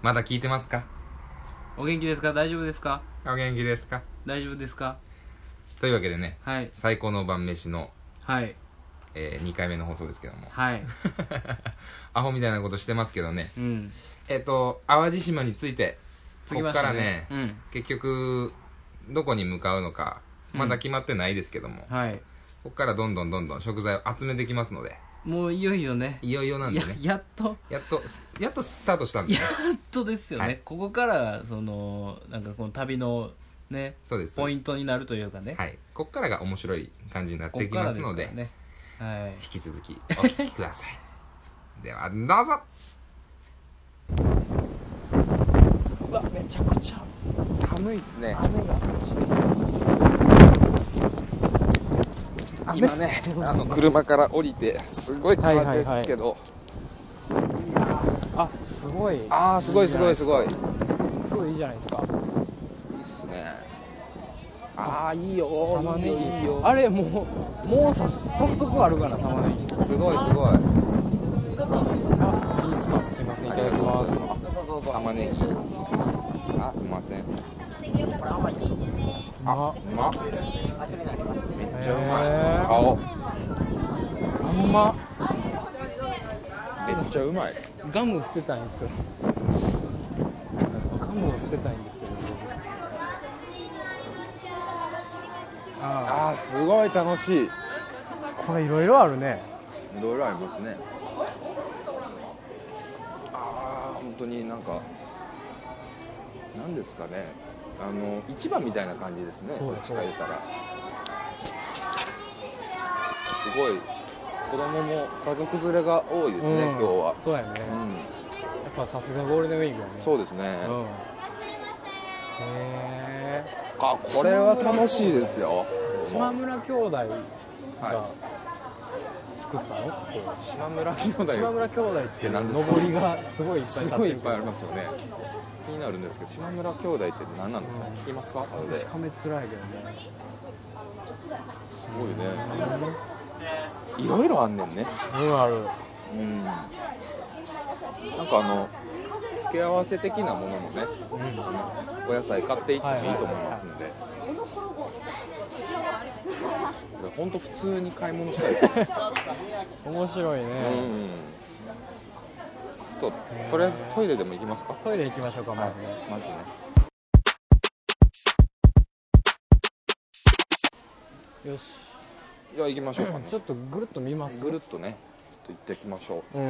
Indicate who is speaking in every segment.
Speaker 1: まだ聞いてますか？
Speaker 2: お元気ですか？大丈夫ですか？
Speaker 1: お元気ですか？
Speaker 2: 大丈夫ですか？
Speaker 1: というわけでね、
Speaker 2: はい
Speaker 1: 最高の晩飯の、
Speaker 2: はい
Speaker 1: 2回目の放送ですけども
Speaker 2: はい
Speaker 1: アホみたいなことしてますけどね、
Speaker 2: うん。
Speaker 1: 淡路島について
Speaker 2: 着きましたね。
Speaker 1: こっからね、結局どこに向かうのかまだ決まってないですけども、
Speaker 2: はい。
Speaker 1: こっからどんどん食材を集めてきますので、
Speaker 2: もういよいよね。
Speaker 1: いよいよなんでね、
Speaker 2: やっと
Speaker 1: やっとスタートしたんで
Speaker 2: や
Speaker 1: ね。
Speaker 2: っとですよね、
Speaker 1: はい
Speaker 2: ここからなんかこの旅のね
Speaker 1: そうです
Speaker 2: ポイントになるというかね。
Speaker 1: はい、こっからが面白い感じになってきますので、
Speaker 2: ここからですからね。はい。
Speaker 1: 引き続きお聞きくださいではどうぞ。
Speaker 2: うわ、めちゃくちゃ
Speaker 1: 寒いっすね。
Speaker 2: 雨が
Speaker 1: 今ね、車から降りてすごい風ですけど、
Speaker 2: あ、すごい。
Speaker 1: ああ、すごい
Speaker 2: すごいいいじゃないですか。
Speaker 1: いいっすね。ああ、いいよ
Speaker 2: 玉ねぎ
Speaker 1: いいよ。
Speaker 2: あれもう早速あるかな、玉ねぎ。
Speaker 1: すごい
Speaker 2: あ、いいですか。すいません、いただきます。
Speaker 1: 玉ねぎ、あ、すいません。
Speaker 3: これ甘いでしょ。
Speaker 1: あ、うまっ。
Speaker 3: 味になりますね。
Speaker 1: めっちゃうまい。
Speaker 2: へー
Speaker 1: 顔
Speaker 2: あんま
Speaker 1: めっちゃうまい。
Speaker 2: ガム捨てたいんですけどガムを捨てたいんですけど
Speaker 1: ああ、すごい楽しい。
Speaker 2: これいろいろあるね。
Speaker 1: いろいろありますね。ああ、本当になんかなんですかね、市場みたいな感じですね。
Speaker 2: そうです
Speaker 1: 近いたらすごい子供も家族連れが多いですね、今日は。
Speaker 2: そうやね、やっぱさすがゴールデンウィークやね。
Speaker 1: そうですね。
Speaker 2: へえ。
Speaker 1: あ、これは楽しいですよ。
Speaker 2: 島村兄弟が作ったの？
Speaker 1: 島村兄弟、
Speaker 2: 島村兄弟って
Speaker 1: 何ですか？
Speaker 2: 上りがすごいいっぱい立ってる。
Speaker 1: すごいいっぱいありますよね。気になるんですけど、島村兄弟って何なんですか？聞きますか？後で。
Speaker 2: しかめつらいけどね。
Speaker 1: すごいね。いろいろあんねんね。
Speaker 2: ある。
Speaker 1: なんか付け合わせ的なものもね、お野菜買っていってもいいと思いますんで、これ本当普通に買い物したいですね。
Speaker 2: 面白いね。
Speaker 1: ちょっととりあえずトイレでも行きますか？
Speaker 2: トイレ行きましょうか、まずね。
Speaker 1: まずね。
Speaker 2: よし。
Speaker 1: じゃあ行きましょうかね。
Speaker 2: ちょっとぐるっと見ます？
Speaker 1: ぐるっとね、ちょっと行ってきましょう。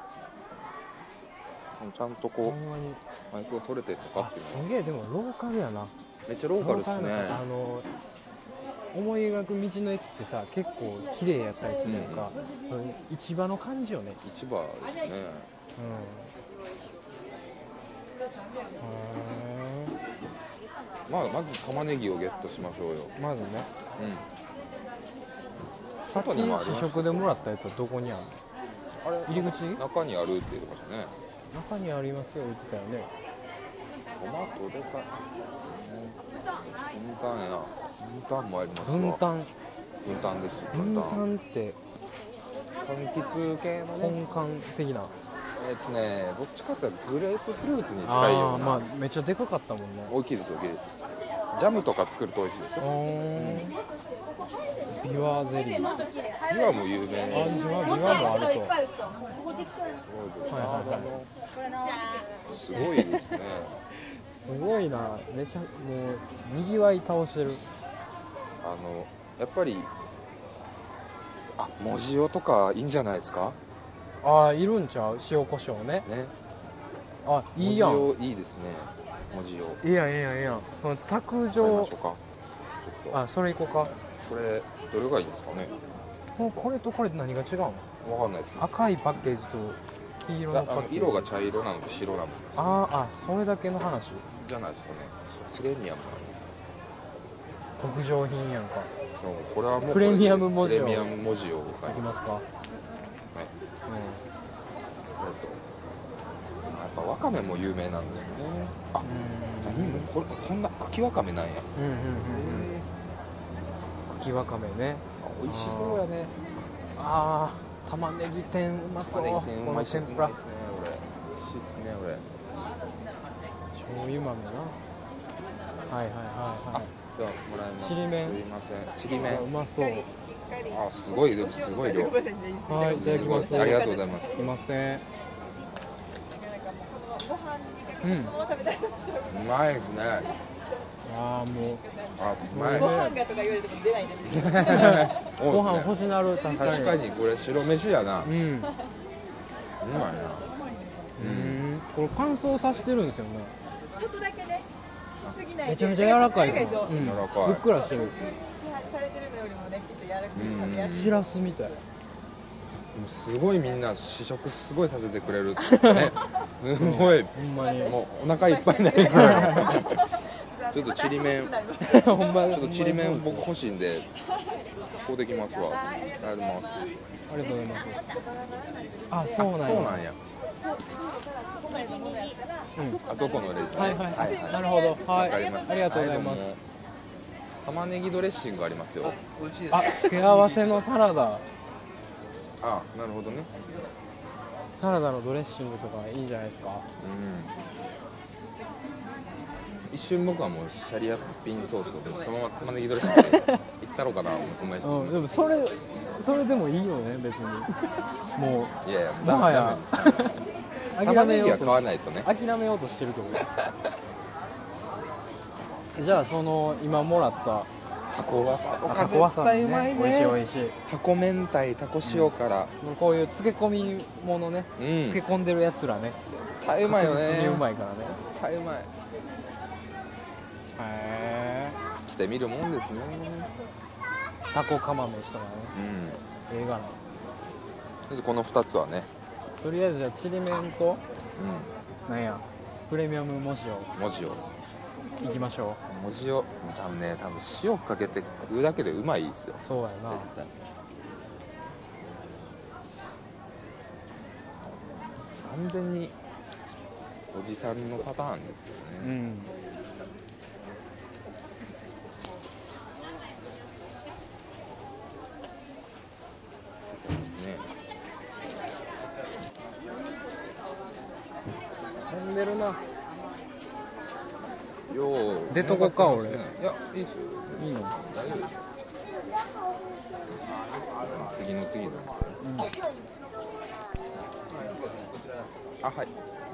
Speaker 1: ちゃんとこうマイクが取れてるのかっていうのは。
Speaker 2: すげえ、でもローカルやな。
Speaker 1: めっちゃローカルですね。
Speaker 2: 思い描く道の駅ってさ、結構綺麗やったりするのか、市場の感じよね。
Speaker 1: 市場ですね。まず玉ねぎをゲットしましょうよ。
Speaker 2: まずね。さっき
Speaker 1: 外にもあります。
Speaker 2: 試食でもらったやつはどこにあるの？
Speaker 1: あれ、
Speaker 2: 入り口？
Speaker 1: 中にあるって言ってましたね。
Speaker 2: 中にありますよ、言ってたよね。
Speaker 1: トマトでかい。分担やな。分担もありますわ。
Speaker 2: 分担
Speaker 1: です。
Speaker 2: 分担って
Speaker 1: 柑橘系のね。
Speaker 2: 本館的な。
Speaker 1: どっちかっていうとグレープフルーツに近いような。
Speaker 2: めっちゃでかかったもんね。
Speaker 1: 大きいですよ、大きいです。ジャムとか作ると美味しいですよ。
Speaker 2: ビワゼリー。
Speaker 1: ビワも有名。
Speaker 2: ビワもあると。
Speaker 1: すごいですね。
Speaker 2: すごいな。めちゃもうにぎわい倒してる。
Speaker 1: やっぱり文字をとかいいんじゃないですか？
Speaker 2: いるんちゃう？塩コショウね。いいやん。
Speaker 1: 文字をいいですね。文字を。
Speaker 2: いいやん。この卓上。それ行こうか。
Speaker 1: これどれがいいんですかね？
Speaker 2: これとこれ何が違うの？
Speaker 1: わかんないです。
Speaker 2: 赤いパッケージと黄色のパッケージ。
Speaker 1: 色が茶色なのと白なの。
Speaker 2: それだけの話
Speaker 1: じゃないですかね。プレミアム。
Speaker 2: 特上品やんか。
Speaker 1: そう、これはもう
Speaker 2: プレミアム文字を
Speaker 1: いき
Speaker 2: ますか？
Speaker 1: やっぱわかめも有名なんだよね。こんな茎わかめなんや。
Speaker 2: 茎わかめね。
Speaker 1: 美味しそうやね。
Speaker 2: 玉ねぎ天うまそう。この天ぷら。
Speaker 1: 美味しいですね、これ。
Speaker 2: 醤油豆な。はいはいはいはい。
Speaker 1: ではもらいます。
Speaker 2: ちりめん
Speaker 1: すいません。ちりめん。
Speaker 2: うまそう。
Speaker 1: あ、すごい量。
Speaker 2: はい、いただきます。
Speaker 1: ありがとうございます。
Speaker 2: すいません。うん。
Speaker 1: うまいですね。
Speaker 2: ああ、もう。
Speaker 1: あ、うまい。
Speaker 4: ご飯がとか言われても出ないんですけど
Speaker 2: ご飯欲しなる、確かに。
Speaker 1: 確かにこれ白飯やな。
Speaker 2: うん。
Speaker 1: うまいな。
Speaker 2: これ乾燥させてるんですよね。
Speaker 4: ちょっとだけねしすぎないで
Speaker 2: めちゃめちゃ柔らかいです。
Speaker 4: でしょ、
Speaker 2: うん。
Speaker 1: 柔らかい
Speaker 2: ふっくらしてる。
Speaker 4: 普通に市販されてるのよりもねきっと柔らかくて食べやすい、
Speaker 2: しらすみたい。
Speaker 1: もうすごいみんな試食すごいさせてくれるね。すごい。
Speaker 2: ほんまに。
Speaker 1: もうお腹いっぱいになりそう。ちょっとちりめん。ち
Speaker 2: ほんま
Speaker 1: ょっとちりめん僕欲しいんで。こうできますわ。ありがとうございます。
Speaker 2: ありがとうございます。あ、そうなんや。
Speaker 1: そうなんや。あそこのレジ。
Speaker 2: はいはい。なるほど。はい。ありがとうございます。
Speaker 1: 玉ねぎドレッシングありますよ。
Speaker 2: あ、付け合わせのサラダ。
Speaker 1: あ、なるほどね。
Speaker 2: サラダのドレッシングとかいいんじゃないですか。
Speaker 1: 一瞬僕はもうシャリアピンソースとそのまま玉ねぎドレッシングでいったろうかなと思いました。
Speaker 2: うん、でもそれでもいいよね、別に。も
Speaker 1: いやいや、
Speaker 2: うもはや
Speaker 1: 玉
Speaker 2: 諦めようと
Speaker 1: ねぎは買わないとね。
Speaker 2: 諦めようとしてるけど。じゃあその今もらった
Speaker 1: タコワサとか
Speaker 2: タコワサ
Speaker 1: 絶対うまい
Speaker 2: 美味しい
Speaker 1: ね。
Speaker 2: 美味しい。
Speaker 1: タコ明太、タコ塩辛。
Speaker 2: こういう漬け込みものね、
Speaker 1: うん
Speaker 2: 漬け込んでるやつらね、
Speaker 1: 絶対うまいよね。
Speaker 2: 確実にうまいからね。
Speaker 1: 絶対うまい。
Speaker 2: へ
Speaker 1: 来てみるもんですね。
Speaker 2: ー、タコ釜飯とかね、
Speaker 1: うん。
Speaker 2: 映画な。
Speaker 1: まずこの2つはね。
Speaker 2: とりあえずじゃあちりめんと
Speaker 1: う
Speaker 2: なんやプレミアムもし
Speaker 1: ん。文字を。
Speaker 2: をいきましょ
Speaker 1: 文字を多分塩かけて食うだけでうまいですよ。
Speaker 2: う。そうやな。
Speaker 1: 絶対。完全におじさんのパターンですよね。
Speaker 2: うん。
Speaker 1: ね。
Speaker 2: 飛んでるな。
Speaker 1: よう
Speaker 2: 出とこか俺。
Speaker 1: いや、いいっすよ。
Speaker 2: いいの。
Speaker 1: 大丈夫ですよ。次の次の。あ、はい。い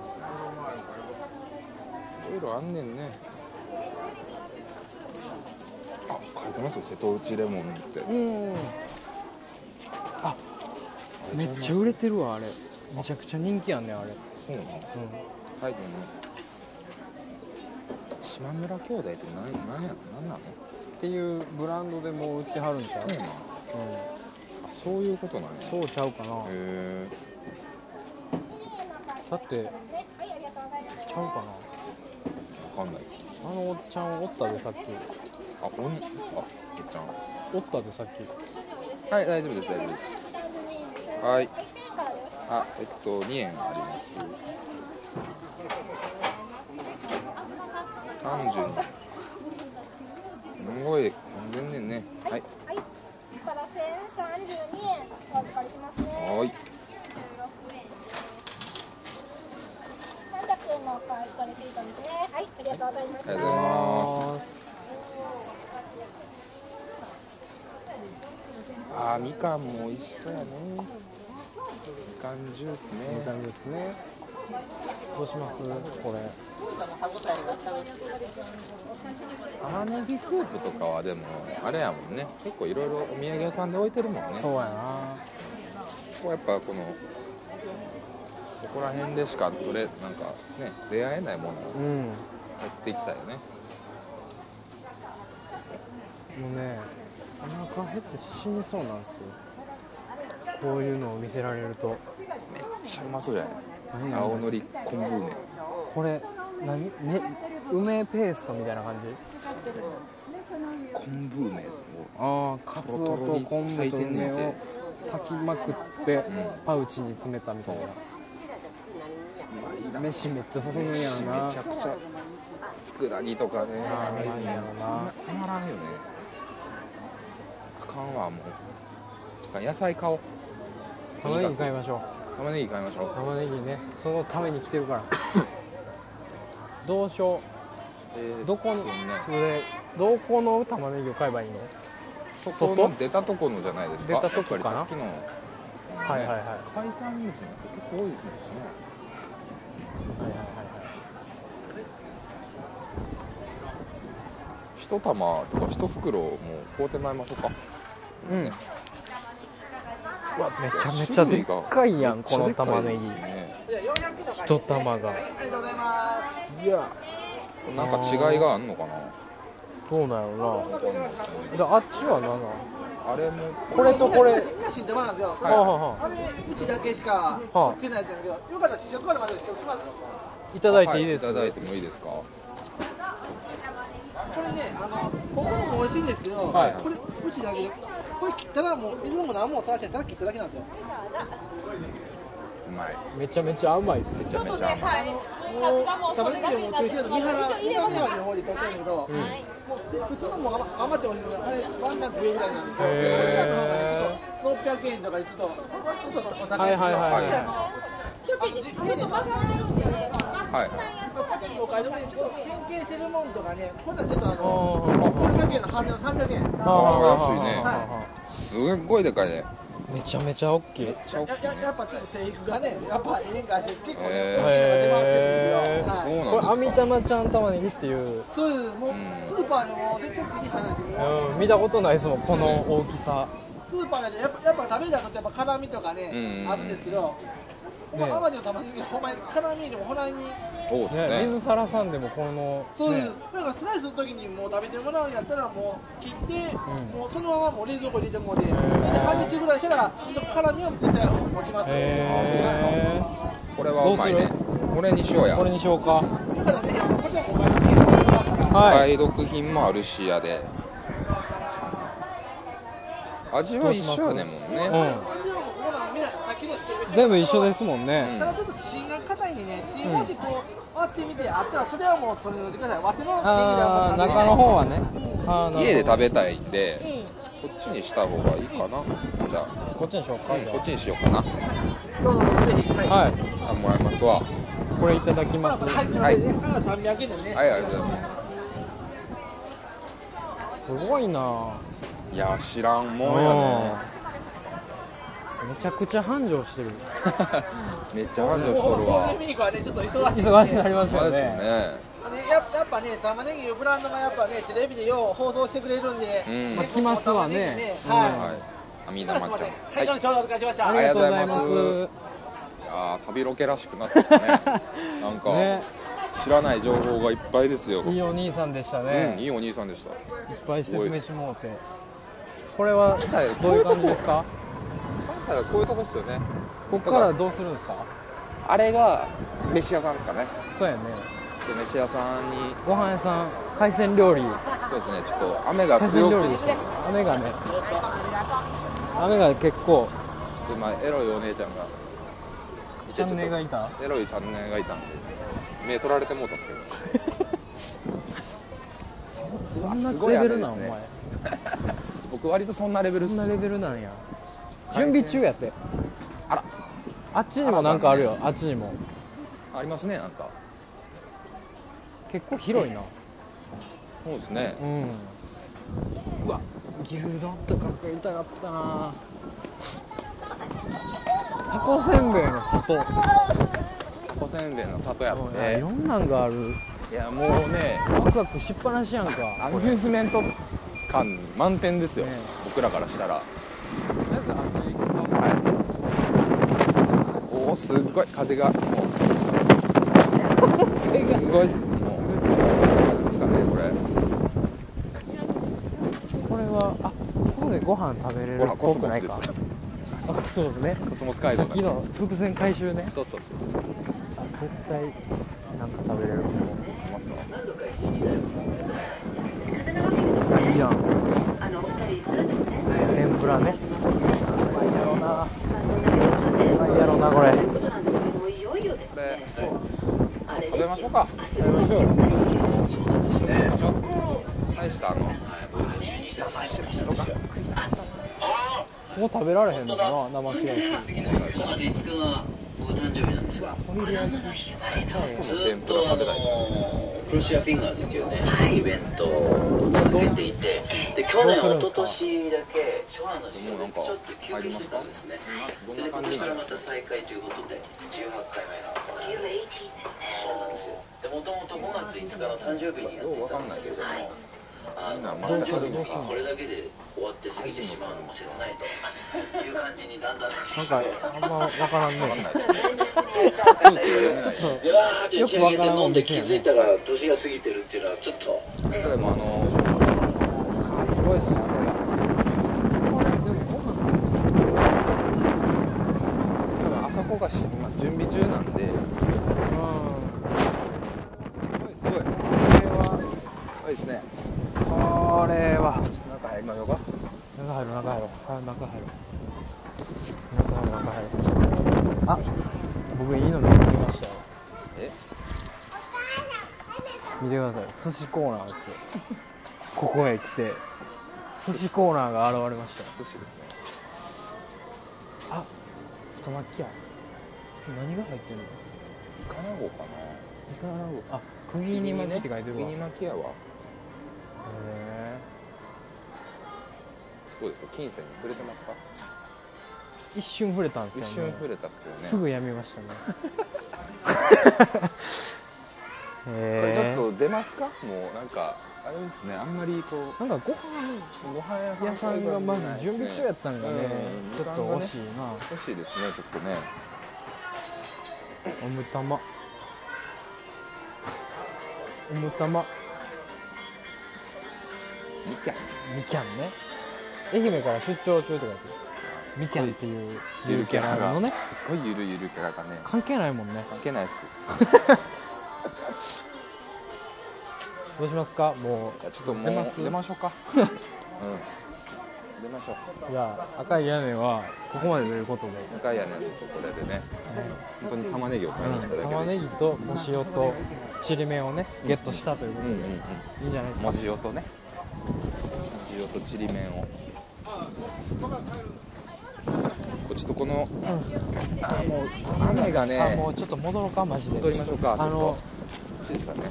Speaker 1: ろいろあんねんね。あ、書いてますよ、瀬戸内レモンって。
Speaker 2: うん。あ、めっちゃ売れてるわあれ。めちゃくちゃ人気やんねあれ。
Speaker 1: そうなの。
Speaker 2: うん。
Speaker 1: はい、どうも。島村兄弟って何なの？
Speaker 2: っていうブランドでもう売ってはるんちゃう？
Speaker 1: そうなの？そういうことなんや。
Speaker 2: そうちゃうかな。
Speaker 1: へ
Speaker 2: だってちゃうかな。
Speaker 1: わかんないです。
Speaker 2: あのおっちゃんおったでさっき。
Speaker 1: あ、おっちゃん。
Speaker 2: おったでさっき。
Speaker 1: はい、大丈夫です、大丈夫です。はい。あ、2円あります。32。すごい、全然ね。はい。
Speaker 5: はい。ですから1032円お預かりしますね。
Speaker 1: はい。
Speaker 5: 300円のお返し取りシートですね。はい、ありがとうございました。
Speaker 1: ありがとうございます。あー、みかんも美味しそうやね。みかんジュースね。
Speaker 2: いい感じですね。どうしますこれ。
Speaker 1: 玉ねぎスープとかはでもあれやもんね。結構いろいろお土産屋さんで置いてるもんね。
Speaker 2: そうやな。
Speaker 1: ここやっぱこのここら辺でしかなんかね出会えないものを
Speaker 2: うん。
Speaker 1: 持っていきたいよね。
Speaker 2: もうね、お腹減って死にそうなんですよ。こういうのを見せられると。
Speaker 1: めっちゃうまそうじゃない？
Speaker 2: 何
Speaker 1: 青のり昆布梅。
Speaker 2: これ何ね、梅ペーストみたいな感じ。
Speaker 1: 昆布梅を
Speaker 2: ああ、カツオと昆布と梅を炊きまくってパウチに詰めたみたいな。飯めっちゃ進むんやろな。
Speaker 1: めちゃくちゃ佃煮とかね。
Speaker 2: あーうまいんやろな。
Speaker 1: たまらんよね。あかんわもう。野菜買おう。
Speaker 2: 玉ねぎ買いましょう。
Speaker 1: 玉ねぎ買いましょう。
Speaker 2: 玉ねぎね、そのために来てるから。 どうしよう。どこに、どこの玉ねぎを買えばいいの？
Speaker 1: 外の出たとこのじゃないですか。
Speaker 2: 出たとこかな。
Speaker 1: やっぱりさっきの、
Speaker 2: はいはいはい。
Speaker 1: 海産物が結構多いですね。
Speaker 2: はいはいはいはい。
Speaker 1: 一玉とか一袋もう買うてまいりましょうか。
Speaker 2: うん。
Speaker 1: ね、
Speaker 2: うわ、めちゃめちゃでっかいやん、この玉ねぎ。一玉が。いや、
Speaker 1: なんか違いがあんのかな。
Speaker 2: どうなんやろうな。で、あっちは何なの？
Speaker 1: あれも
Speaker 2: これとこれ。
Speaker 3: みんな新玉なんですよ。
Speaker 2: は
Speaker 3: あれうちだけしか売ってないやつなんだけど、よかったら試食あるまで試食しますよ。
Speaker 2: いただいていいですか？
Speaker 1: いただいてもいいですか。
Speaker 3: これね、ここも美味しいんですけど、
Speaker 1: はい、
Speaker 3: これうちだけこれ切ったらもう水も何もさらしてただ切っただけなんですよ。
Speaker 1: うまい。
Speaker 2: めちゃめちゃ甘いです。
Speaker 1: めちゃめちゃ甘い。
Speaker 3: もう玉ねぎでも中心の三原味の方で取ってるんだけど、もう普通のも余ってもいいけど、あれワンランク上ぐらいなんですけど、これらの方がねちょっと600円とかでちょっとお高いんですよ。
Speaker 5: ちょっと混ざってるんでね。
Speaker 1: はい。
Speaker 3: お買い得にちょっと変形してるもんとかね、こんなんちょっと400円の半値の300円。
Speaker 1: 安いね。すっごいでかいね。
Speaker 2: めちゃめちゃ大きい。
Speaker 3: やっぱちょっと生育がね、やっぱ演歌して結構ね、大きいのが出回ってるんですよ。
Speaker 1: そうなんですか。
Speaker 2: これあみ玉ちゃん玉ねぎっていう。
Speaker 3: そうです。もうスーパーでも絶対手に入らないですよ。
Speaker 2: 見たことないですもん、この大きさ。
Speaker 3: スーパーでやっぱ食べた後やっぱ辛みとかね、あるんですけど、淡路の玉ねぎほんまに辛みでもほらに
Speaker 2: 水さらさんでもこの
Speaker 3: そうです。だからスライスするときにもう食べてもらうんやったらもう切って、もうそのままもう冷蔵庫に入れてもうて、半日ぐらいしたらちょっと辛みは絶対持ちますので。
Speaker 1: これはうまいね。これにしようや。
Speaker 2: これにしようか。
Speaker 3: ただね、これはお買い得品もあるしやで。味は一緒やねんもんね。
Speaker 2: 全部一緒ですもんね。
Speaker 3: ただちょっと芯が硬いんでね、芯もしこう割ってみてあったらそれはもう取り除いてください。早稲の芯ではもう
Speaker 2: 中の方はね。
Speaker 1: 家で食べたいんで、こっちにした方がいいかな。じゃあ
Speaker 2: こっちにしようか。
Speaker 1: こっちにしようかな。
Speaker 3: どうぞぜひ。
Speaker 2: はい。
Speaker 1: あ、もらいますわ。
Speaker 2: これいただきます。
Speaker 3: はい。300円でね。
Speaker 1: はい、ありがとうございます。
Speaker 2: すごいな。
Speaker 1: いや、知らんもんやね。
Speaker 2: めちゃくちゃ繁盛してる。
Speaker 1: めっちゃ繁盛しとるわ。
Speaker 3: ゴールデンウィークはねちょっと忙しい。
Speaker 2: 忙しくなりますよね。
Speaker 3: やっぱね玉ねぎいうブランドがやっぱねテレビでよう放送してくれるんで、
Speaker 2: 来ますわね。
Speaker 3: はい。
Speaker 1: 阿弥陀ちゃん。
Speaker 3: はい、ちょうどお疲れしました。
Speaker 2: ありがとうございます。
Speaker 1: いや、旅ロケらしくなってきたね。なんか知らない情報がいっぱいですよ。
Speaker 2: いいお兄さんでしたね。
Speaker 1: いいお兄さんでした。
Speaker 2: いっぱい説明してもらって。これはどういう感じですか？
Speaker 1: 関西はこういうとこっすよね。
Speaker 2: ここからどうするんですか？
Speaker 1: あれが飯屋さんですかね。
Speaker 2: そうやね。
Speaker 1: 飯屋さんに
Speaker 2: ご飯屋さん、海鮮料理。
Speaker 1: そうですね。ちょっと雨が強くて、
Speaker 2: 雨がね、雨が結構。
Speaker 1: 今エロいお姉ちゃんが
Speaker 2: チャンネルがいた。
Speaker 1: エロいチャンネルがいたんで目取られてもうたんですけど。
Speaker 2: そんなレベルなんお前。
Speaker 1: 僕割とそんなレベル。
Speaker 2: そんなレベルなんや。準備中やって。
Speaker 1: あら。
Speaker 2: あっちにもなんかあるよ。あっちにも。
Speaker 1: ありますね、なんか。
Speaker 2: 結構広いな。
Speaker 1: そうですね。
Speaker 2: うわ、牛丼とか食いたかったな。タコせんべいの里。
Speaker 1: タコせんべいの里やって。
Speaker 2: いろんなんがある。
Speaker 1: いや、もうね、
Speaker 2: ワクワクしっぱなしやんか。
Speaker 1: アミューズメント感満点ですよ、僕らからしたら。おお、すっごい風がもうすごいっす。もうですかね、これ
Speaker 2: はここでご飯食べれるっぽくないか。そうですね。
Speaker 1: コスモス街道。
Speaker 2: さっきの伏線回収ね。
Speaker 1: そうそうそう。
Speaker 2: 絶対なんか食べれる。いいやん。天ぷらね。うまいやろな。うまいやろなこれ。
Speaker 1: 食べましょうか。
Speaker 2: 食べましょう。
Speaker 1: 大した
Speaker 2: もう食べられへんのかな、生しらす。
Speaker 6: 5月5日が僕誕生日なんですよ。
Speaker 1: 天ぷら食べたいですね。
Speaker 6: プロシアフィンガーズっていうね、イベントを続けていて、で去年、一昨年だけ初版の授業でちょっと休憩してたんですね。で今年からまた再開ということで18回目のそうなんですよ。でもともと5月5日の誕生日にやってたんですけれども、誕生日の日これだけで終わって過ぎてしまうのも切ないという感じにだんだん
Speaker 2: なんかあんま分からんね。
Speaker 6: でわーって打ち上げて飲んで気づいたら年が過ぎてるっていうのはちょっと
Speaker 1: でもすごいですね、あそこが今準備中なんで、すごいこれですね。
Speaker 2: これは
Speaker 1: 中入りましょうか。
Speaker 2: 中入ろう。あ、僕いいの見つけましたよ。見てください、寿司コーナーですよ。ここへ来て寿司コーナーが現れましたよ。
Speaker 1: 寿司ですね。
Speaker 2: あ、太巻きや。何が入ってるの？
Speaker 1: イカナゴかな。
Speaker 2: イカナゴ。あ、釘に巻きって書いてるわ。
Speaker 1: 釘巻きやわ。
Speaker 2: へ
Speaker 1: どうですか、金銭に触れてますか？
Speaker 2: ー、一瞬触れたんですけど、
Speaker 1: 一瞬触れたっすけどね。
Speaker 2: すぐやめましたね。
Speaker 1: これちょっと出ますか？もうなんかあれですね、あんまりこう
Speaker 2: なんかご飯屋さんがまず準備中やったんがね、ちょっと惜しいな。
Speaker 1: 惜しいですね、ちょっとね。
Speaker 2: おむたまみきゃんね。愛媛から出張中とか言ってみきゃんっていうゆるキャラのね、
Speaker 1: すごいゆるキャラがね、
Speaker 2: 関係ないもんね。
Speaker 1: 関係ないっす。
Speaker 2: どうしますか？もう
Speaker 1: ちょっともう出ましょうか。出ましょう。
Speaker 2: じゃあ赤い屋根はここまでということで、
Speaker 1: 赤い屋根のところでね、本当に玉ねぎを買いに来ただけで、
Speaker 2: 玉ねぎとお塩とちりめんをねゲットしたということで、いいんじゃないですか。
Speaker 1: 文字音とね、文字音とちりめんをちょっとこの、もう雨がね、
Speaker 2: もうちょっと戻ろうか、マジで。
Speaker 1: 戻りましょうか。こっちですかね。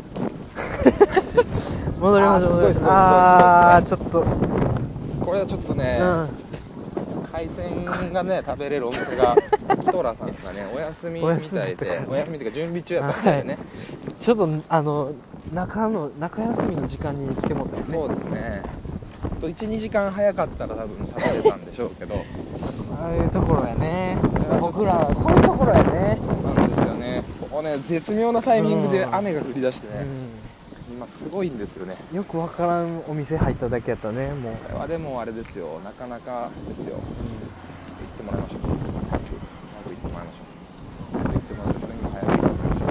Speaker 2: 戻りましょう。
Speaker 1: すごい。
Speaker 2: ちょっと
Speaker 1: これはちょっとね、海鮮がね食べれるお店がキトラさんがねお休みみたいで、お休みというか準備中やったんでね、
Speaker 2: ちょっと中休みの時間に来てもらったよね。
Speaker 1: そうですね。1、2時間早かったら多分食べれたんでしょうけど、
Speaker 2: ああいうところやね。僕らはこういうところやね。
Speaker 1: そうなんですよね。ここね、絶妙なタイミングで雨が降り出してね、今すごいんですよね。
Speaker 2: よくわからんお店入っただけやったね。もう
Speaker 1: これはでもあれですよ、なかなかですよ。行ってもらいましょう。早く行ってもらいましょう。行ってもらって、これに早く行ってもらいまし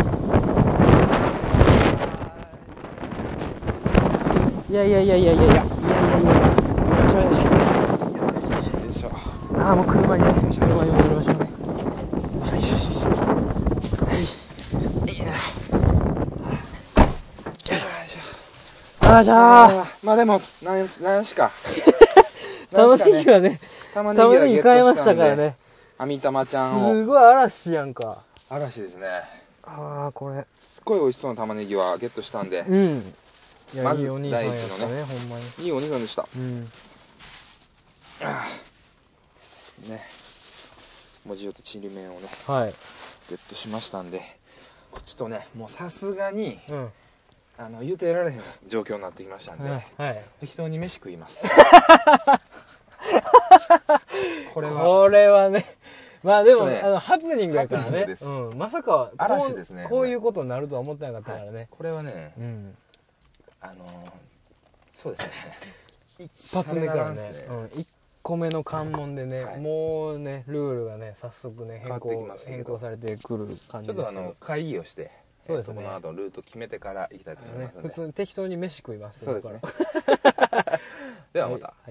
Speaker 1: ょう。
Speaker 2: いや。よいしょ。ああ、もう車に戻りましょうね。じゃあ
Speaker 1: まあでも何しか
Speaker 2: 玉ねぎはね、玉ねぎ買いましたからね。
Speaker 1: あみたまちゃんを
Speaker 2: すごい嵐やんか。
Speaker 1: 嵐ですね。
Speaker 2: これ
Speaker 1: すっごい美味しそうな玉ねぎはゲットしたんで、
Speaker 2: いや、いいお兄さんやったね、ほんまに
Speaker 1: いいお兄さんでした。ね、文字とちりめんをねゲットしましたんで、ちょっとねもうさすがに言うてられへん状況になってきましたんで、適当に飯食います。これ
Speaker 2: はね、まあでもハプニングやからね。まさか
Speaker 1: 嵐ですね。
Speaker 2: こういうことになるとは思ってなかったからね。
Speaker 1: これはね、そうですね、
Speaker 2: 一発目からね、1個目の関門でね、もうねルールがね早速ね変更されてくる感じですけど、
Speaker 1: ちょっと会議をして、
Speaker 2: そうですね、
Speaker 1: この後ルート決めてから行きたいと思いますので、
Speaker 2: 普通に適当に飯食います。
Speaker 1: そうですね。ではまた。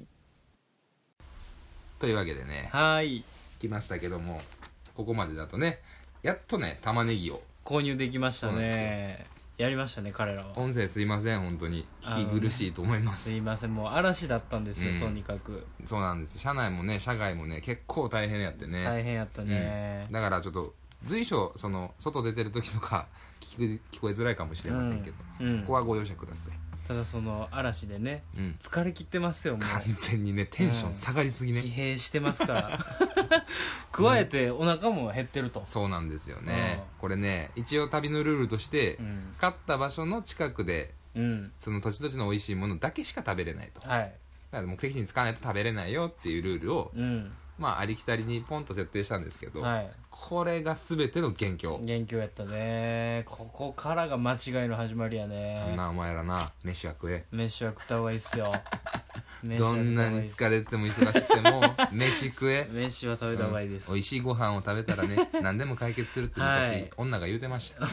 Speaker 1: というわけでね、来ましたけども、ここまでだとね、やっとね玉ねぎを
Speaker 2: 購入できましたね。やりましたね、彼らは。
Speaker 1: 音声すいません、本当に聞き苦しいと思います。
Speaker 2: すいません、もう嵐だったんですよ、とにかく。
Speaker 1: そうなんです。車内もね、車外もね、結構大変やってね。
Speaker 2: 大変やったね。
Speaker 1: だからちょっと随所その外出てる時とか聞こえづらいかもしれませんけど、そこはご容赦ください。
Speaker 2: ただその嵐でね、疲れ切ってますよ。もう
Speaker 1: 完全にねテンション下がりすぎね、
Speaker 2: 疲弊してますから加えてお腹も減ってると。
Speaker 1: そうなんですよね。これね一応旅のルールとして、買った場所の近くで、その土地土地の美味しいものだけしか食べれないと、だから目的地に着かないと食べれないよっていうルールを、まあありきたりにポンと設定したんですけど、これが全ての元凶
Speaker 2: やったね。ここからが間違いの始まりやね。
Speaker 1: お前らな、飯は食え。
Speaker 2: 飯は食った方がいいっすよ
Speaker 1: どんなに疲れても忙しくても飯食え。
Speaker 2: 飯は食べた方がいいです、
Speaker 1: 美味しいご飯を食べたらね何でも解決するって昔、女が言うてました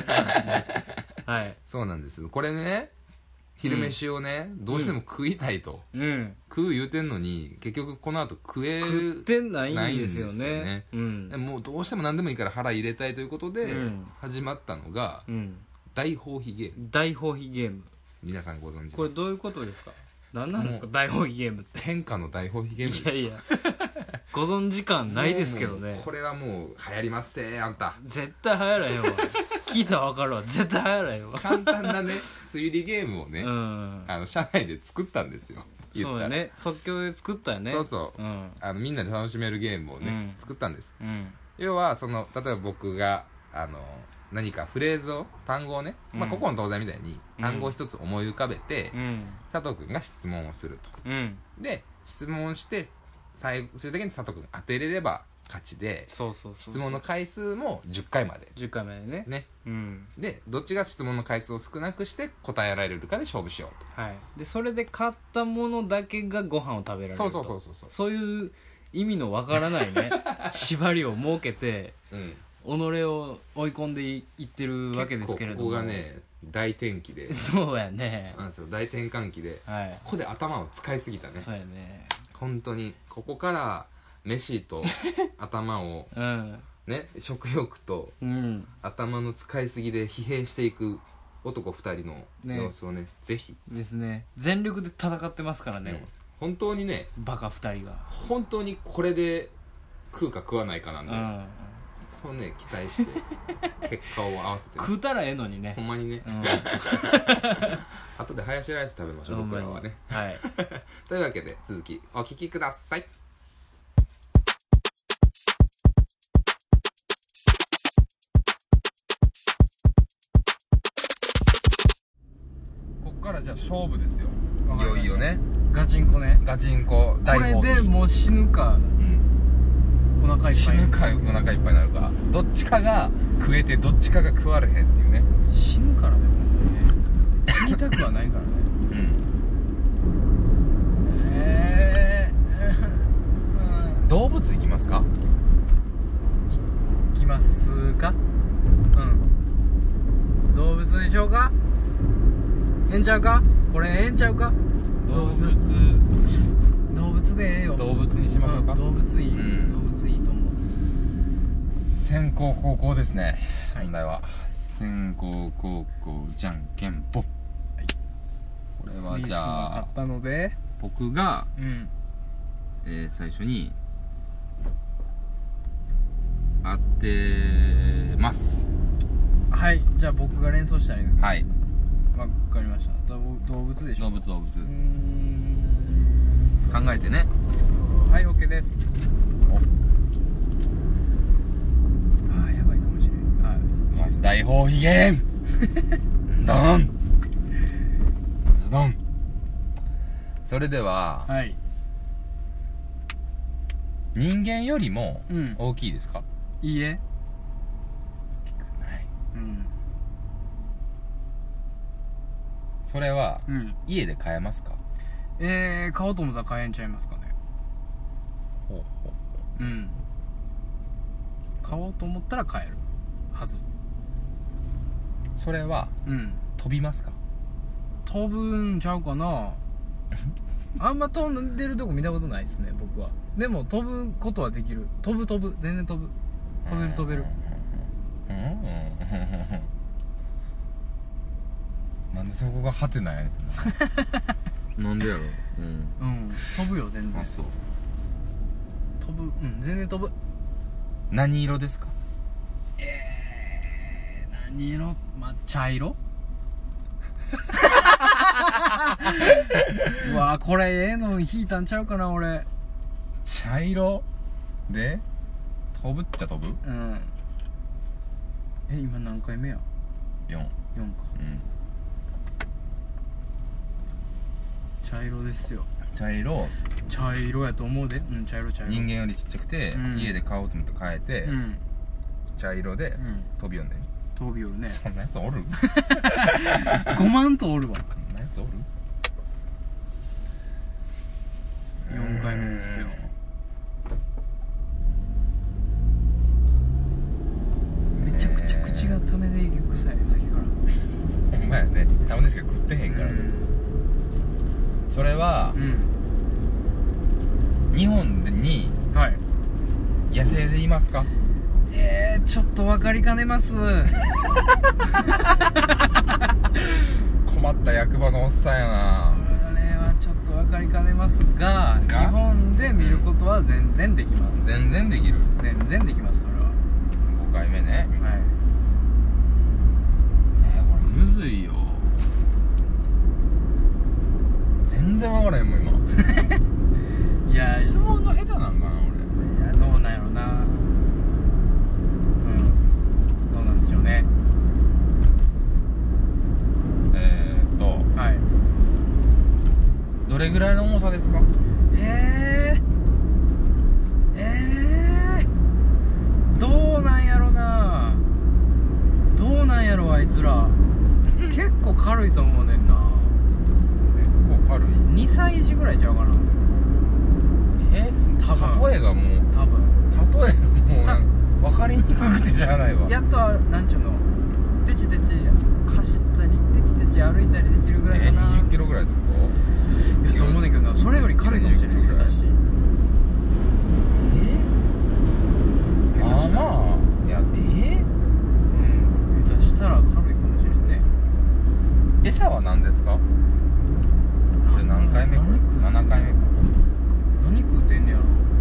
Speaker 1: そうなんです。これね昼飯をね、どうしても食いたいと、食う言うてんのに結局この後食ってないんですよね。もうどうしても何でもいいから腹入れたいということで、始まったのが、大放棄ゲーム。
Speaker 2: 大放棄ゲーム、
Speaker 1: 皆さんご存知？
Speaker 2: これどういうことですか？何なんですか大放棄ゲームって。
Speaker 1: 天下の大放棄ゲームです。
Speaker 2: いやご存知感ないですけどね。
Speaker 1: これはもう流行りますせあんた。
Speaker 2: 絶対流行らへんわ聞いたら分かるわ、絶対流行らへんわ。
Speaker 1: 簡単なね推理ゲームをね、社内で作ったんですよ。
Speaker 2: そうやね、即興で作ったよね。
Speaker 1: そうそう、みんなで楽しめるゲームをね、作ったんです。要はその例えば僕が何かフレーズを単語をね、ここの当然みたいに単語を一つ思い浮かべて、佐藤君が質問をすると、で質問して最終的に佐藤君当てれれば勝ちで、質問の回数も10回までね、でどっちが質問の回数を少なくして答えられるかで勝負しようと、
Speaker 2: でそれで買ったものだけがご飯を食べられると。そういう意味のわからないね縛りを設けて、己を追い込んでいってるわけですけれども、
Speaker 1: ここがね大転機で
Speaker 2: そうやね、
Speaker 1: そうなんですよ、大転換期で、ここで頭を使いすぎたね。
Speaker 2: そうやね、
Speaker 1: 本当にここから飯と頭を、ね、食欲と、頭の使いすぎで疲弊していく男2人の様子をねぜひ
Speaker 2: ですね、全力で戦ってますからね、
Speaker 1: 本当にね、
Speaker 2: バカ2人が
Speaker 1: 本当にこれで食うか食わないかなんで、これね期待して結果を合わせて、
Speaker 2: 食うたらええのにね、
Speaker 1: ほんまにね、後でハヤシライス食べましょう僕らはね。というわけで続きお聞きください。こっからじゃあ勝負ですよ。いよいよね、
Speaker 2: ガチンコね、
Speaker 1: ガチンコ大放棄。
Speaker 2: これでもう死ぬか、お腹いっぱい、
Speaker 1: 死ぬかお腹いっぱいになるか、どっちかが食えてどっちかが食われへんっていうね。
Speaker 2: 死ぬからね、死にたくはないからね。
Speaker 1: 動物行きますか？
Speaker 2: 行きますか？動物にしようか？ええんちゃうか？これええんちゃうか？動物でええよ。
Speaker 1: 動物にしましょうか。
Speaker 2: 動物いい、動物いいと思う。
Speaker 1: 先攻後攻ですね、問題は。先攻後攻じゃんけんぽん。これはじゃあ
Speaker 2: 勝ったので
Speaker 1: 僕が、最初に当てます。
Speaker 2: はい、じゃあ僕が連想したらいいですか？わかりました。動物でしょ。
Speaker 1: 動物考えてね。
Speaker 2: はい、 OK です。やばいかもしれない。
Speaker 1: まず大放棄ゲームドンズドン。それでは、人間よりも大きいですか？
Speaker 2: いいえ、
Speaker 1: 大きくない。それは、家で買えますか？
Speaker 2: 買おうと思ったら買えんちゃいますかね。買おうと思ったら買えるはず。
Speaker 1: それは、飛びますか？
Speaker 2: 飛ぶんちゃうかなあんま飛んでるとこ見たことないですね僕は。でも飛ぶことはできる。飛ぶ全然飛ぶ。飛べる
Speaker 1: なんでそこがハテナやねんなんでやろ。
Speaker 2: 飛ぶよ全然。
Speaker 1: そう
Speaker 2: 飛ぶ、全然飛ぶ。
Speaker 1: 何色ですか？
Speaker 2: 色、まあ、茶色うわこれええの引いたんちゃうかな俺。
Speaker 1: 茶色で飛ぶっちゃ飛ぶ。
Speaker 2: うん。今何回目や。
Speaker 1: 4か。
Speaker 2: 茶色ですよ。
Speaker 1: 茶色
Speaker 2: やと思うで。茶色。
Speaker 1: 人間よりちっちゃくて、家で買おうと思って変えて、茶色で飛びよんねん。
Speaker 2: 飛びよるね。
Speaker 1: そんなやつおる
Speaker 2: 5万とおるわ。
Speaker 1: そんなやつおる。
Speaker 2: 4回目ですよ。めちゃくちゃ口がためで息臭い、さっきから
Speaker 1: ほんまやね。たまにしか食ってへんからね。それは、日本に野生でいますか。
Speaker 2: ちょっと分かりかねます。
Speaker 1: 困った役場のおっさんやな。
Speaker 2: これはちょっと分かりかねますが、日本で見ることは全然できます。
Speaker 1: 全然できる。
Speaker 2: 全然できます。それは
Speaker 1: 5回目ね。
Speaker 2: はい。
Speaker 1: これむずいよ。全然分からへんもん今。
Speaker 2: いや
Speaker 1: 質問の下手なんかな俺。
Speaker 2: いやどうなんやろな。どうなんでしょうね。はい。
Speaker 1: どれぐらいの重さですか。
Speaker 2: どうなんやろな。どうなんやろあいつら。結構軽いと思うねんな。
Speaker 1: 結構軽い。
Speaker 2: 2歳児ぐらいちゃうかな。
Speaker 1: 多分例えがもう例えがもう分かりにくくてしゃあないわ。
Speaker 2: やっとなんちゅうのテチテチ走ったりテチテチ歩いたりできるぐらいかな。
Speaker 1: 20キロぐらいってこと。
Speaker 2: いやと思うねんけどな。それより軽いかもしれない。下手し
Speaker 1: まあまあいや
Speaker 2: 下手したら軽いかもしれんね。
Speaker 1: 餌は何ですか。これ何回目。7回目か。
Speaker 2: 何食うてんねやろ。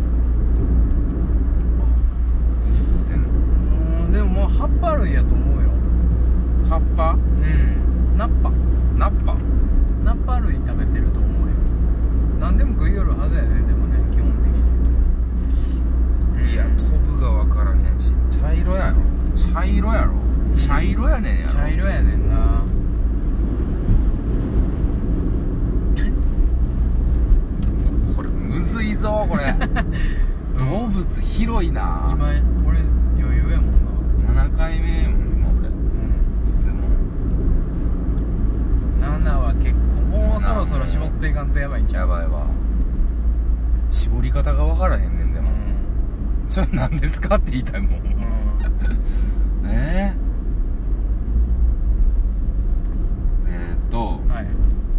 Speaker 1: 食うてんの。
Speaker 2: でももう葉っぱ類やと思うよ。
Speaker 1: 葉っぱ。
Speaker 2: ナッパ類食べてると思うよ。何でも食いよるはずやね。でもね基本的に。
Speaker 1: いや飛ぶが分からへんし。茶色やろ。茶色やねんやろ。
Speaker 2: 茶色やねんな。
Speaker 1: これむずいぞこれ。動物広いな。
Speaker 2: 今俺余裕やもん
Speaker 1: な。7回目も今俺、質問
Speaker 2: 7は結構もうそろそろ絞っていかんとやばいんちゃう。
Speaker 1: やばいわ。絞り方が分からへんねん。でも、それ何ですかって言いたいもん。
Speaker 2: はい。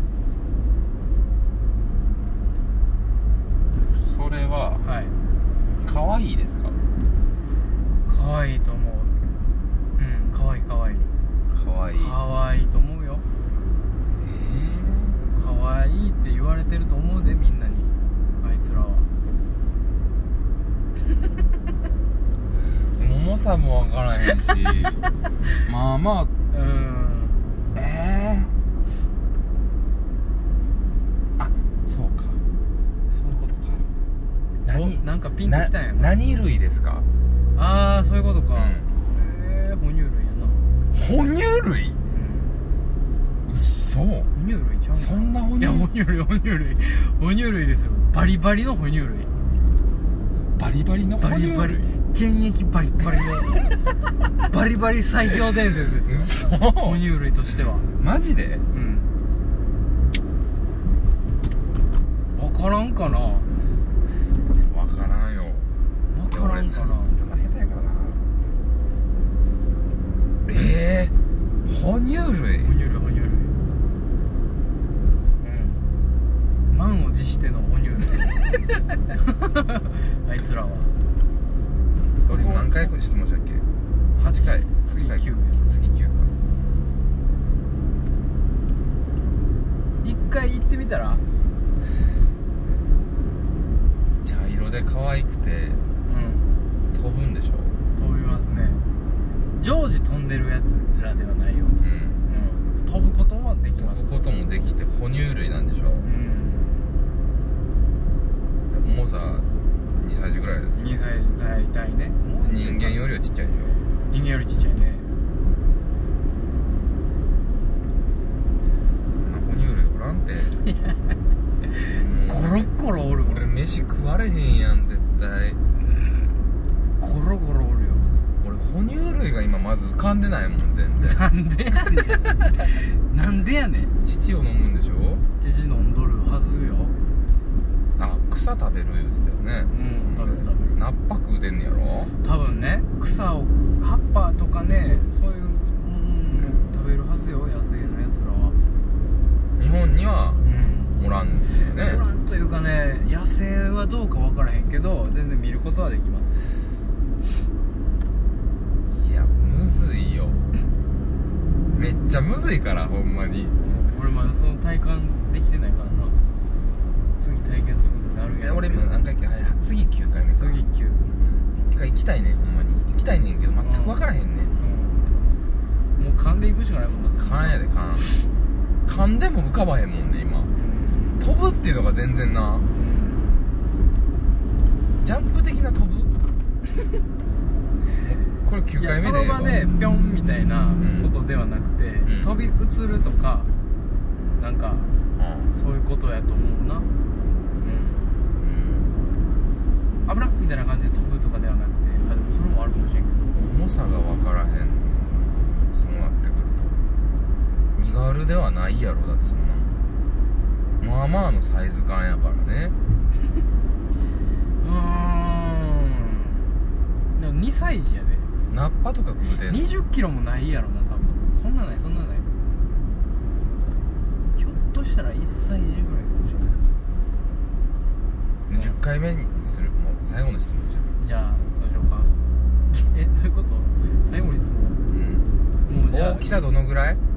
Speaker 1: それは可愛いですか。
Speaker 2: 可愛いと思う。可愛い可愛いと思うよ。可愛いって言われてると思うで、みんなに。あいつらは
Speaker 1: 重さも分からへんしまあまああ、そうか、そういうことか。
Speaker 2: なんかピンときたんやな。
Speaker 1: 何類ですか。
Speaker 2: ああそういうことか。哺乳類やな。
Speaker 1: 哺乳類。うそ。
Speaker 2: 哺乳類ちゃうの。
Speaker 1: そんな哺乳類。
Speaker 2: いや哺乳類ですよ。バリバリの哺乳類。
Speaker 1: バリバリの哺乳類。
Speaker 2: 現役バリバリのバリバリ最強伝説ですよ。哺乳類としては。
Speaker 1: マジで。
Speaker 2: 分からんかな。
Speaker 1: 分からんよ。
Speaker 2: 分からんかな。
Speaker 1: 俺察するの下手やからな。哺乳類。
Speaker 2: 満を持しての哺乳類あいつらは。
Speaker 1: 俺何回質問したっけ。8回。
Speaker 2: 次9。
Speaker 1: 次9か。
Speaker 2: 1回行ってみたら。
Speaker 1: 茶色で可愛くて飛ぶんでしょ。
Speaker 2: 飛びますね。 常時飛んでるやつらではないよ、飛ぶこともできます。
Speaker 1: 飛ぶこともできて哺乳類なんでしょ。重さ2歳児ぐらいだ。
Speaker 2: 2歳児大体ね。
Speaker 1: 人間よりはちっちゃいでしょ。
Speaker 2: 人間よりちっちゃいね。
Speaker 1: 哺乳類おらんて
Speaker 2: コロコロおる。
Speaker 1: 俺飯食われへんやん絶対。
Speaker 2: コロコロおるよ。
Speaker 1: 俺哺乳類が今まず浮かんでないもん全然。
Speaker 2: なんでやねんなんでやねん。
Speaker 1: 乳を飲むんでしょ。
Speaker 2: 乳飲んどるはずよ。
Speaker 1: あ、草食べる言ってたよね。
Speaker 2: 食べる。
Speaker 1: ナッパ食うてんねやろ
Speaker 2: 多分ね。草を食う、葉っぱとかね、そういう食べるはずよ、野生のやつらは。
Speaker 1: 日本にはおらんだよね。
Speaker 2: おらんというかね、野生はどうか分からへんけど全然見ることはできます。
Speaker 1: いやむずいよめっちゃむずいからほんまに。
Speaker 2: 俺まだその体感できてないからな。次体験することになるやん。
Speaker 1: 俺も何回か次9回目か。
Speaker 2: 次9
Speaker 1: 一回行きたいねんほんまに。行きたいねんけど全く分からへんねん。
Speaker 2: もう勘で行くしかないもんな。
Speaker 1: 勘やで勘でも浮かばへんもんね今。飛ぶっていうのが全然な、ジャンプ的な飛ぶこれ9回目で
Speaker 2: その場でピョンみたいなことではなくて、飛び移るとかなんか、そういうことやと思うな。危なっみたいな感じで飛ぶとかではなくて、でもそれもあるかもしれんけど、
Speaker 1: 重さが分からへん。そうなってくると身軽ではないやろ。だってそんなまあまあのサイズ感やからね。
Speaker 2: でも2歳児やで。
Speaker 1: ナッパとか食うてんの
Speaker 2: 20キロもないやろな多分。そんなない。ひょっとしたら1歳児ぐらいかもしれない。
Speaker 1: 10回目にする。もう最後の質問じゃん。
Speaker 2: じゃあそうしようか。どういうこと？最後に質問。もうじゃあ
Speaker 1: 大きさどのぐらい？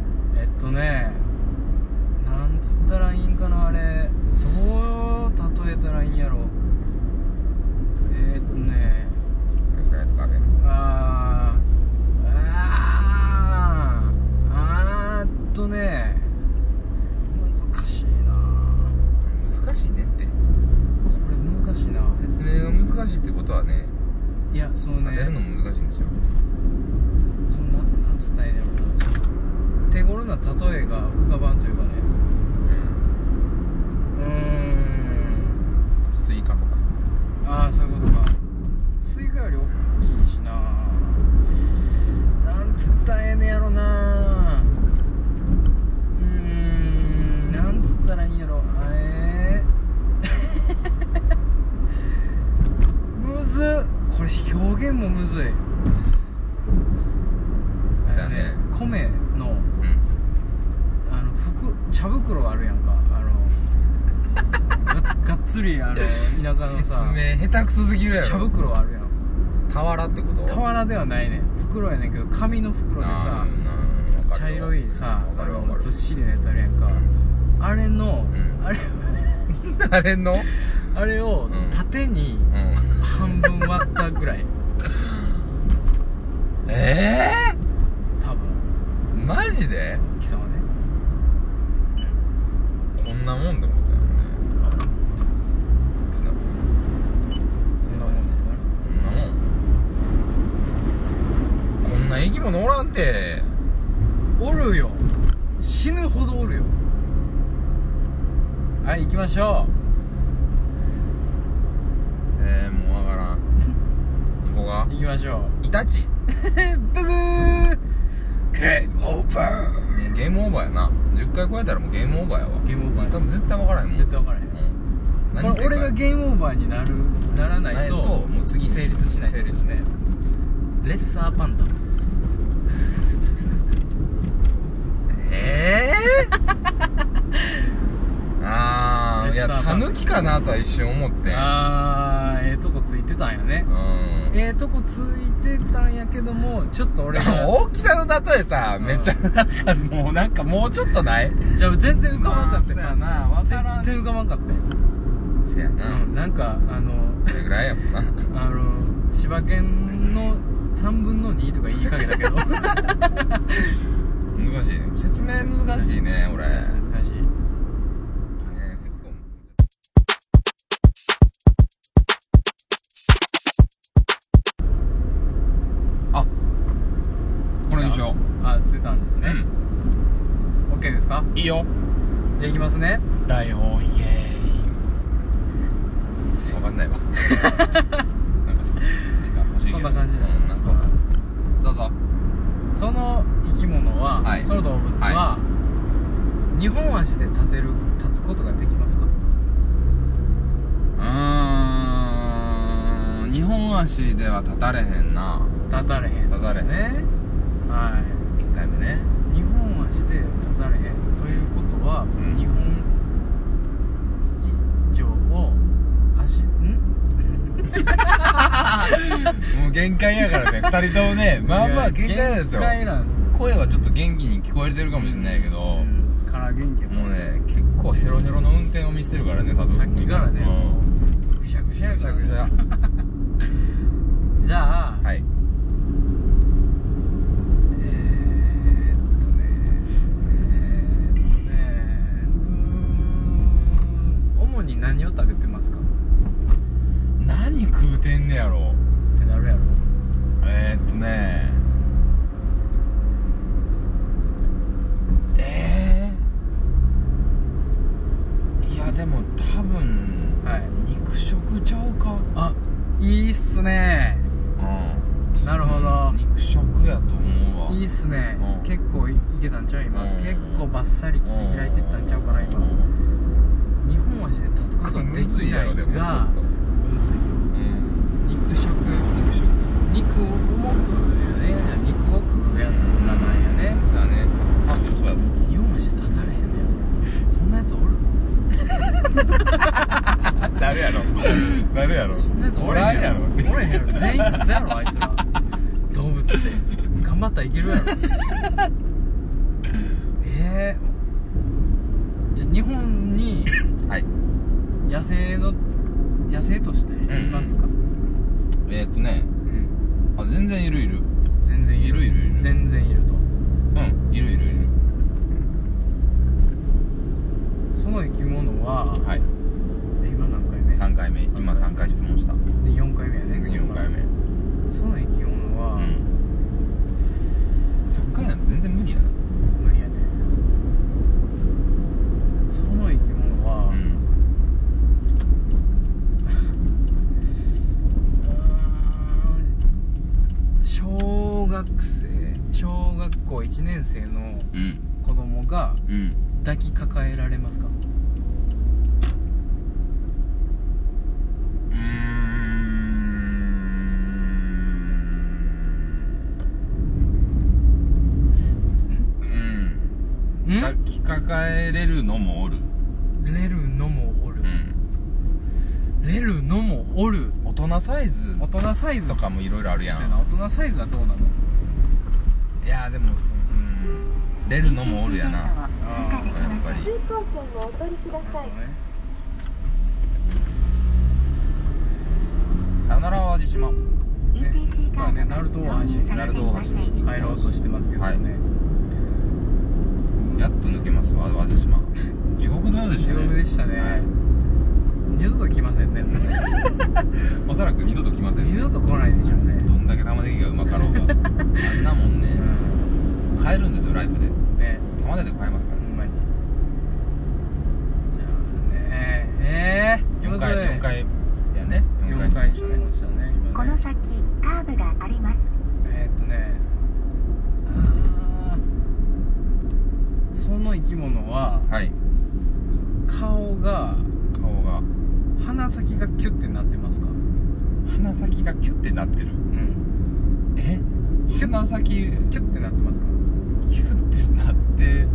Speaker 2: なんつったらいいんかな。あれどう例えたらいいんやろ。こ
Speaker 1: れぐらいとかあるやん。
Speaker 2: 難しいな。
Speaker 1: 難しいねって。
Speaker 2: これ難しいな。
Speaker 1: 説明が難しいってことはね、
Speaker 2: いやそのね、
Speaker 1: 当てるのも難しいんですよ。
Speaker 2: そんななんつったらいいんやろな。手頃な例えが浮かばんというかね。
Speaker 1: スイカとか。
Speaker 2: そういうことか。スイカより大きいしな。なんつったらええねやろな。なんつったらいいんやろ。むずっ。これ表現もむずい。
Speaker 1: そうやね。
Speaker 2: 米の茶袋あるやんか。がっつり田舎のさ、
Speaker 1: 説明下手くそすぎるやろ。
Speaker 2: 茶袋あるやん。
Speaker 1: 俵ってこと？
Speaker 2: 俵ではないねん。袋やねんけど紙の袋でさ、茶色いさ、ずっしりのやつあるやんか。あれのあれを縦に半分割ったぐらい。多分
Speaker 1: マジで？
Speaker 2: 大きさはね。
Speaker 1: こんなもんってことだよね。こんな生き物おらんて。
Speaker 2: おるよ。死ぬほどおるよ。はい、行きましょ
Speaker 1: う。もうわからん。行こうか。
Speaker 2: 行きましょう。
Speaker 1: イタチ。
Speaker 2: ブブー。
Speaker 1: ゲームオーバー。ゲームオーバーやな。10回超えたらもうゲームオーバーやわ。
Speaker 2: ゲームオーバー。
Speaker 1: 多分絶対分からへんもん。
Speaker 2: 絶対分からへん。これ俺がゲームオーバーにならないと
Speaker 1: もう次
Speaker 2: 成立しない。
Speaker 1: 成立ね。
Speaker 2: レッサーパンダ。
Speaker 1: いやタヌキかなとは一瞬思って。
Speaker 2: とこついてたんやね。とこついてたんやけども、ちょっと俺が
Speaker 1: 大きさの例えさ、めっちゃなんかもうちょっとない？
Speaker 2: じゃあ全然浮かばんかったよ。
Speaker 1: そうやな、わからん。
Speaker 2: 全然浮かばんかったよ。
Speaker 1: そうやな。
Speaker 2: なんか
Speaker 1: これぐらいやもんな。
Speaker 2: 柴犬の 3分の2とか言いかけたけど難
Speaker 1: しいね、説明難しいね俺。難しい。あ、これにしよう。
Speaker 2: あ、出たんですね。OK ですか？
Speaker 1: いいよ。
Speaker 2: じゃあいきますね。
Speaker 1: 大放棄ゲーム。わかんないわなんか
Speaker 2: そんな感じだ、
Speaker 1: なんかどうぞ。
Speaker 2: その生き物は、
Speaker 1: はい、
Speaker 2: その動物は、はい、2本足で立つことができますか
Speaker 1: ？2本足では立たれへんな。
Speaker 2: 立たれへんね。はい、
Speaker 1: 1回目ね。
Speaker 2: 2本足で立たれへんということは、2本以上を
Speaker 1: もう限界やからね2人ともね。まあまあ限界ですよ。
Speaker 2: 限界なんですよ。
Speaker 1: 声はちょっと元気に聞こえてるかもしれないけど、
Speaker 2: から元気
Speaker 1: もうね結構ヘロヘロの運転を見せてるからね佐藤君。
Speaker 2: さっきからね、ぐしゃぐしゃやからね。じゃあ、はい、主に何を食べてますか？
Speaker 1: 何食うてんねやろ
Speaker 2: ってなるやろ。
Speaker 1: いやでも多分、はい、肉食ちゃうか。
Speaker 2: あ、いいっすね。なるほど、
Speaker 1: 肉食やと思うわ。
Speaker 2: いいっすね、結構いけたんちゃう今、結構バッサリ切り開いてったんちゃうかな今。2本足で立つことはできないがむずいよ。肉食肉を重くね、肉を食うやつがないよね。
Speaker 1: そうだね。あ、そうやと思う。
Speaker 2: 2本足で立たれへんねや。そんなやつおる？
Speaker 1: なるやろ。
Speaker 2: そんなやつおれへんやろ。おれへんやろ。全員立つやろあいつら。動物って頑張ったらいけるやろ。じゃあ日本に野生としていますか？
Speaker 1: あ、全然いる。
Speaker 2: 全然いると。
Speaker 1: いる。
Speaker 2: その生き物は、はい、今何回目
Speaker 1: ？3回目。今3回質問した。で
Speaker 2: 4回目やね。
Speaker 1: 次4回目。
Speaker 2: その生き物は、
Speaker 1: 3回なんて全然無理やな。
Speaker 2: 無理やね。その生き物は、小学校1年生の子供が抱きかかえられますか？
Speaker 1: 抱きかかえれるのもおる。
Speaker 2: れるのもおる。
Speaker 1: 大人サイズとかもいろいろあるやん。
Speaker 2: 大人サイズはどうなの？
Speaker 1: いやでもれるのもおるやな。やっぱり。さよなら淡路島。
Speaker 2: まあね、鳴門大橋に入ろうとしてますけどね。
Speaker 1: やっと抜けますわ淡路島。地獄のようでしたね。
Speaker 2: 地獄でしたね。二度と来ませんね。
Speaker 1: おそらく二度と来ませんね。
Speaker 2: 二度と来ないでしょうね。
Speaker 1: どんだけ玉ねぎがうまかろうがあんなもんね、買えるんですよライフでね。玉ねぎで買えますからね。ほんまに。じゃあね4回やね。4回質問したね。
Speaker 7: この先カーブがあります。
Speaker 2: その生き物は、はい、顔が鼻先がキュッてなってますか？
Speaker 1: 鼻先がキュッてなってる。鼻先キュッてなってますか？キュッてなって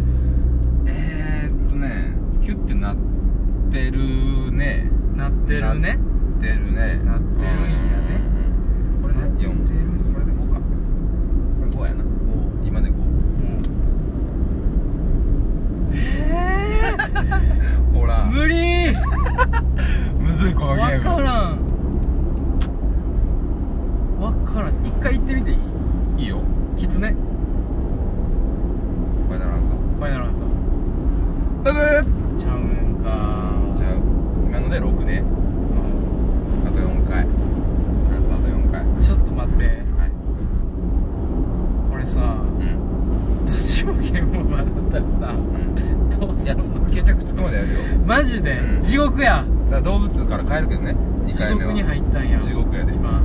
Speaker 1: キュッてなってるね。
Speaker 2: なってるんやね。これね4。
Speaker 1: これで5か。これ5やな。今で5。ほら
Speaker 2: 無理
Speaker 1: むずいこのゲーム。
Speaker 2: 分からん。1 回行ってみていい？
Speaker 1: いいよ。
Speaker 2: キツネ
Speaker 1: ファイナルアンサー。
Speaker 2: ファイナルアンサー
Speaker 1: ブブー
Speaker 2: ちゃうんか。
Speaker 1: ちゃう。今ので6ね。あと4回。チャンスあと4回。
Speaker 2: ちょっと待って、
Speaker 1: はい。
Speaker 2: これさ、どっちもゲームオーバーだったらさ、どうす
Speaker 1: いや
Speaker 2: んの？
Speaker 1: 決着つくまでやるよ。
Speaker 2: マジで、
Speaker 1: うん
Speaker 2: 地獄や。
Speaker 1: だから動物から帰るけどね、2
Speaker 2: 地
Speaker 1: 回目は
Speaker 2: 獄に入ったんや。
Speaker 1: 地獄やで
Speaker 2: 今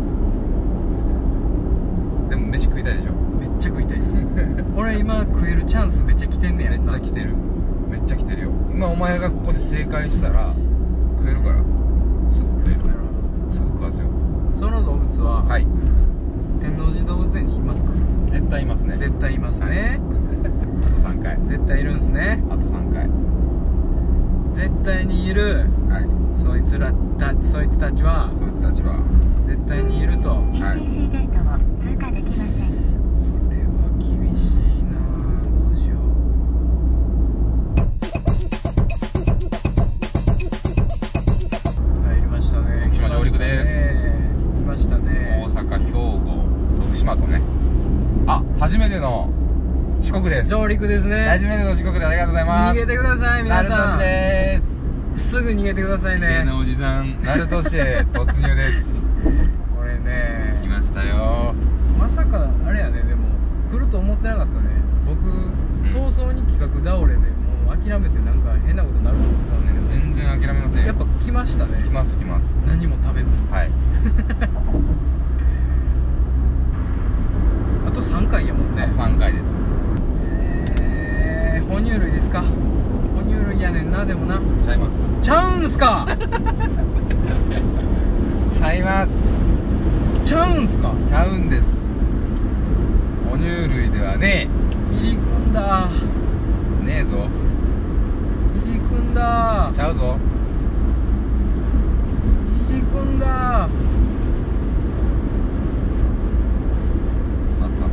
Speaker 1: でも飯食いたいでしょ。
Speaker 2: めっちゃ食いたいっす俺今食えるチャンスめっちゃ来てんねや
Speaker 1: めっちゃ来てる。めっちゃ来てるよ。今お前がここで正解したら食えるから、すぐ食える。すぐ食わせよう。
Speaker 2: その動物は、
Speaker 1: はい。
Speaker 2: 天王寺動物園にいますか？
Speaker 1: 絶対いますね。
Speaker 2: 絶対いますね、
Speaker 1: あと3回。
Speaker 2: 絶対いるんすね。
Speaker 1: あと3回。
Speaker 2: 絶対にいる。
Speaker 1: はい。
Speaker 2: そいつたちは
Speaker 1: そいつたちは
Speaker 2: 絶対にいると。
Speaker 1: はい
Speaker 7: ETC ゲートを通過できません。
Speaker 2: これは厳しいな。どうしよう。入りましたね。
Speaker 1: 徳島上陸です。
Speaker 2: 来ましたね。
Speaker 1: 大阪、兵庫、徳島とね。あ、初めての四国です。
Speaker 2: 上陸ですね。
Speaker 1: 初めての四国でありがとうございます。
Speaker 2: 逃げてください皆さん。
Speaker 1: ナルト氏です。
Speaker 2: すぐ逃げてくださいね。
Speaker 1: 芸能おじさんナルト氏へ突入です。
Speaker 2: これね、
Speaker 1: 来ましたよ。
Speaker 2: まさかあれやね。でも来ると思ってなかったね。僕早々に企画倒れでもう諦めてなんか変なことになると思ってたんですけど、
Speaker 1: 全然諦めませんよ。
Speaker 2: やっぱ来ましたね。
Speaker 1: 来ます来ます。
Speaker 2: 何も食べずに。
Speaker 1: はい。
Speaker 2: あと3回やもんね。
Speaker 1: あと3回です。
Speaker 2: 哺乳類ですか？哺乳類やねんな。でもな、
Speaker 1: ちゃいます。
Speaker 2: ちゃうんすか？
Speaker 1: ちゃいます。
Speaker 2: ちゃうんすか？
Speaker 1: ちゃうんです。哺乳類ではね
Speaker 2: 入り組んだ。
Speaker 1: え。ねえぞ。
Speaker 2: 入り組んだ。
Speaker 1: ちゃうぞ。
Speaker 2: 入り組んだ。
Speaker 1: さあさあさあさあさあさあ。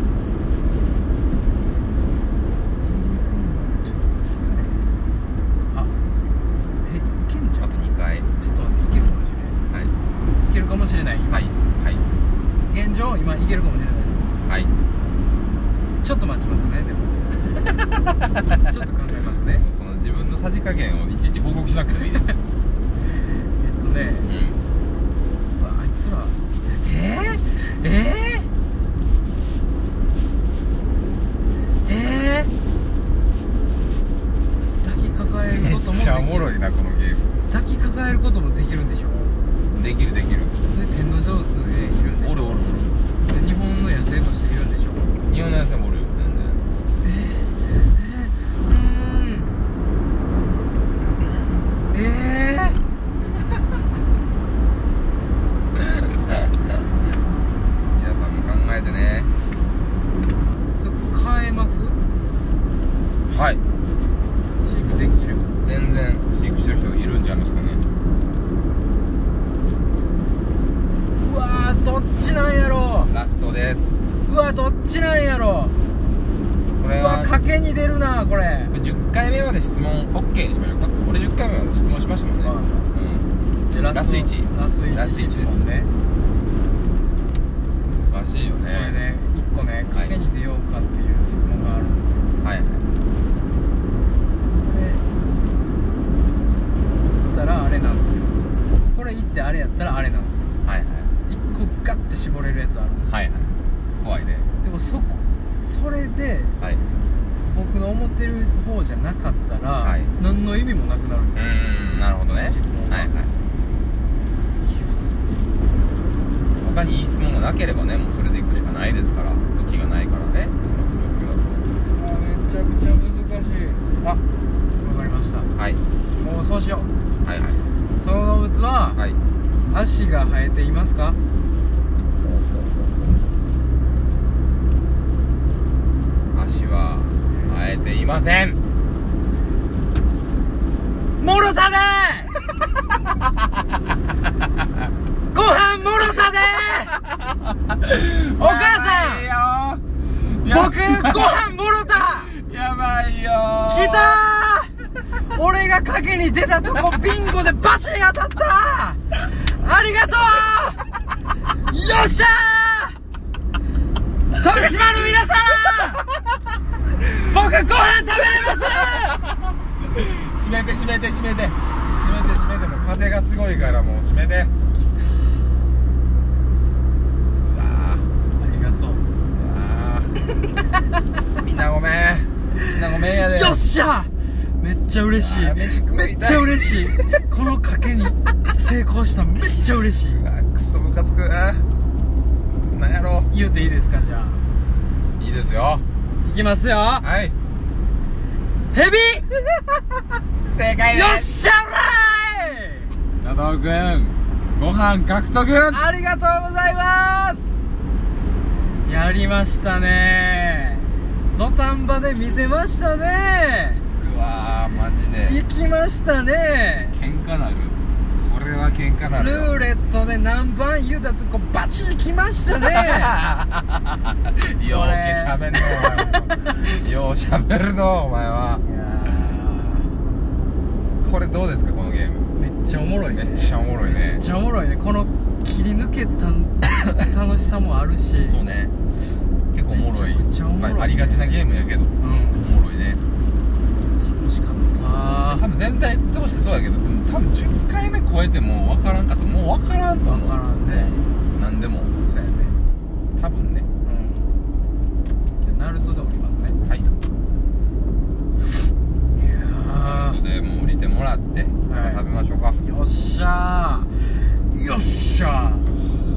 Speaker 1: あと2回。
Speaker 2: ちょっと待って、いけるかもしれない。
Speaker 1: はい。
Speaker 2: いけるかもしれない。今
Speaker 1: はいはい
Speaker 2: 現状今いけるかもしれないです。
Speaker 1: はい。
Speaker 2: ちょっと待ちますね。でもちょっと考えますね。
Speaker 1: その自分のさじ加減をいちいち報告しなくてもいいですよ。
Speaker 2: うわあいつら抱きかかえることもできる。
Speaker 1: めっちゃおもろいなこのゲーム。
Speaker 2: 抱きかかえることもできるんでしょ。
Speaker 1: できるできる。
Speaker 2: で天王上手でいるんでしょ。
Speaker 1: おるおる。
Speaker 2: で日本の野生としているんでしょ。
Speaker 1: 日本の野菜もおるよ全然。皆さんも考えてね。
Speaker 2: 変えます？
Speaker 1: はい。
Speaker 2: 飼育できる。
Speaker 1: 全然飼育してる人いるんちゃいますかね。
Speaker 2: うわーどっちなんやろ。
Speaker 1: ラストです。
Speaker 2: うわどっちなんやろ。
Speaker 1: これは
Speaker 2: うわ賭けに出るなこれ。
Speaker 1: 10回目まで質問 OK にしましょうか。俺10回目まで質問しましたもんね。
Speaker 2: で
Speaker 1: ラス1。
Speaker 2: ラス1ですもんね。
Speaker 1: 難しいよ
Speaker 2: これ
Speaker 1: ね。
Speaker 2: ね1個ね賭けに出ようかっていう質問があるんですよ。
Speaker 1: はいはい。
Speaker 2: これ送ったらあれなんですよ。これ言ってあれやったらあれなんですよ。
Speaker 1: はいはい
Speaker 2: 1個ガッて絞れるやつあるんですよ。
Speaker 1: はいはい。怖いね。
Speaker 2: でもそれで
Speaker 1: はい。
Speaker 2: 僕の思ってる方じゃなかったら、
Speaker 1: はい
Speaker 2: 何の意味もなくなるんですよ。
Speaker 1: なるほどね。
Speaker 2: その質問が
Speaker 1: はいはい。他にいい質問がなければね、もうそれでいくしかないですから。武器がないからね、今の状況だと。
Speaker 2: めちゃくちゃ難しい。あ、わかりました。
Speaker 1: はい
Speaker 2: もうそうしよう。
Speaker 1: はいはい
Speaker 2: その動物は、
Speaker 1: はい。
Speaker 2: 足が生えていますか？
Speaker 1: 足は生えていません。
Speaker 2: もろたでご飯もろたでお母さん僕ご飯もろた。
Speaker 1: やばいよ
Speaker 2: 来たー俺が賭けに出たとこビンゴでバチン当たった。ありがとうよっしゃー徳島の皆さん僕ご飯食べれます
Speaker 1: 閉めてもう風がすごいからもう閉めて。うわ
Speaker 2: ありがとう。
Speaker 1: みんなごめんやで。
Speaker 2: よっしゃめっちゃ嬉しい。めっちゃ嬉しい。この賭けに成功した。めっちゃ嬉しい。
Speaker 1: クソムカつく。なんやろ。
Speaker 2: 言うていいですか？じゃあ
Speaker 1: いいですよ。
Speaker 2: いきますよ。
Speaker 1: はい。
Speaker 2: ヘビ
Speaker 1: 正解です。
Speaker 2: よっしゃー
Speaker 1: 佐藤くんご飯獲得。
Speaker 2: ありがとうございます。やりましたね。土壇場で見せましたね。
Speaker 1: つくわマジで。
Speaker 2: 行きましたね。
Speaker 1: 喧嘩なる。これは喧嘩なる。
Speaker 2: ルーレットで何番言うたとこバチッ来ましたね。
Speaker 1: ようけしゃべるのようしゃべるのお前は。これどうですかこのゲーム。
Speaker 2: めっちゃおもろいね。
Speaker 1: めっちゃおもろいね。
Speaker 2: めっちゃおもろいね。この切り抜けた楽しさもあるし。
Speaker 1: そうね。結構おもろい。
Speaker 2: めっちゃおもろいね。
Speaker 1: まあ、ありがちなゲームやけど、おもろいね。
Speaker 2: 楽しかった。
Speaker 1: 多分全体通してそうやけど、でも多分10回目超えても分からんかった。もう分からんと思う。
Speaker 2: 分からんね。
Speaker 1: 何でも。
Speaker 2: そうやね。
Speaker 1: 多分ね。
Speaker 2: じゃあナルトで降りますね。
Speaker 1: はい。ナルトでもう降りてもらって、食べましょうか。
Speaker 2: よっしゃー。よっしゃー。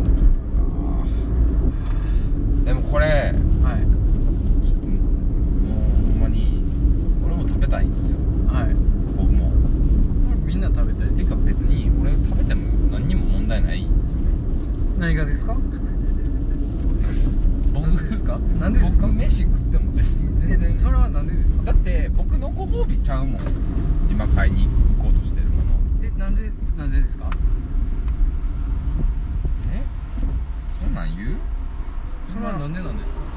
Speaker 1: でもこれ、はい、ちょっともうほんまに俺も食べたいんですよ。
Speaker 2: はい。
Speaker 1: 僕も。
Speaker 2: みんな食べたいです。
Speaker 1: ていうか別に俺食べても何にも問題ないんですよね。
Speaker 2: 何がですか？
Speaker 1: 僕ですか？
Speaker 2: なんでですか？
Speaker 1: 僕飯食っても別に全然。
Speaker 2: それはなんでですか？
Speaker 1: だって僕のご褒美ちゃうもん。今買いに行こうとしてるもの。
Speaker 2: なんでですか？
Speaker 1: そんなん言う？
Speaker 2: それはなんでなんですか？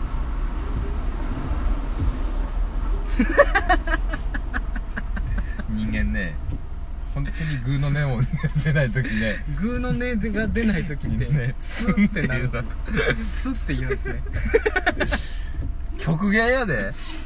Speaker 1: 人間ね、本当にグーの音を出ない時ね、
Speaker 2: グーの音が出ない時ってね、スッってなる。スッって言うんですね。
Speaker 1: 極限やで。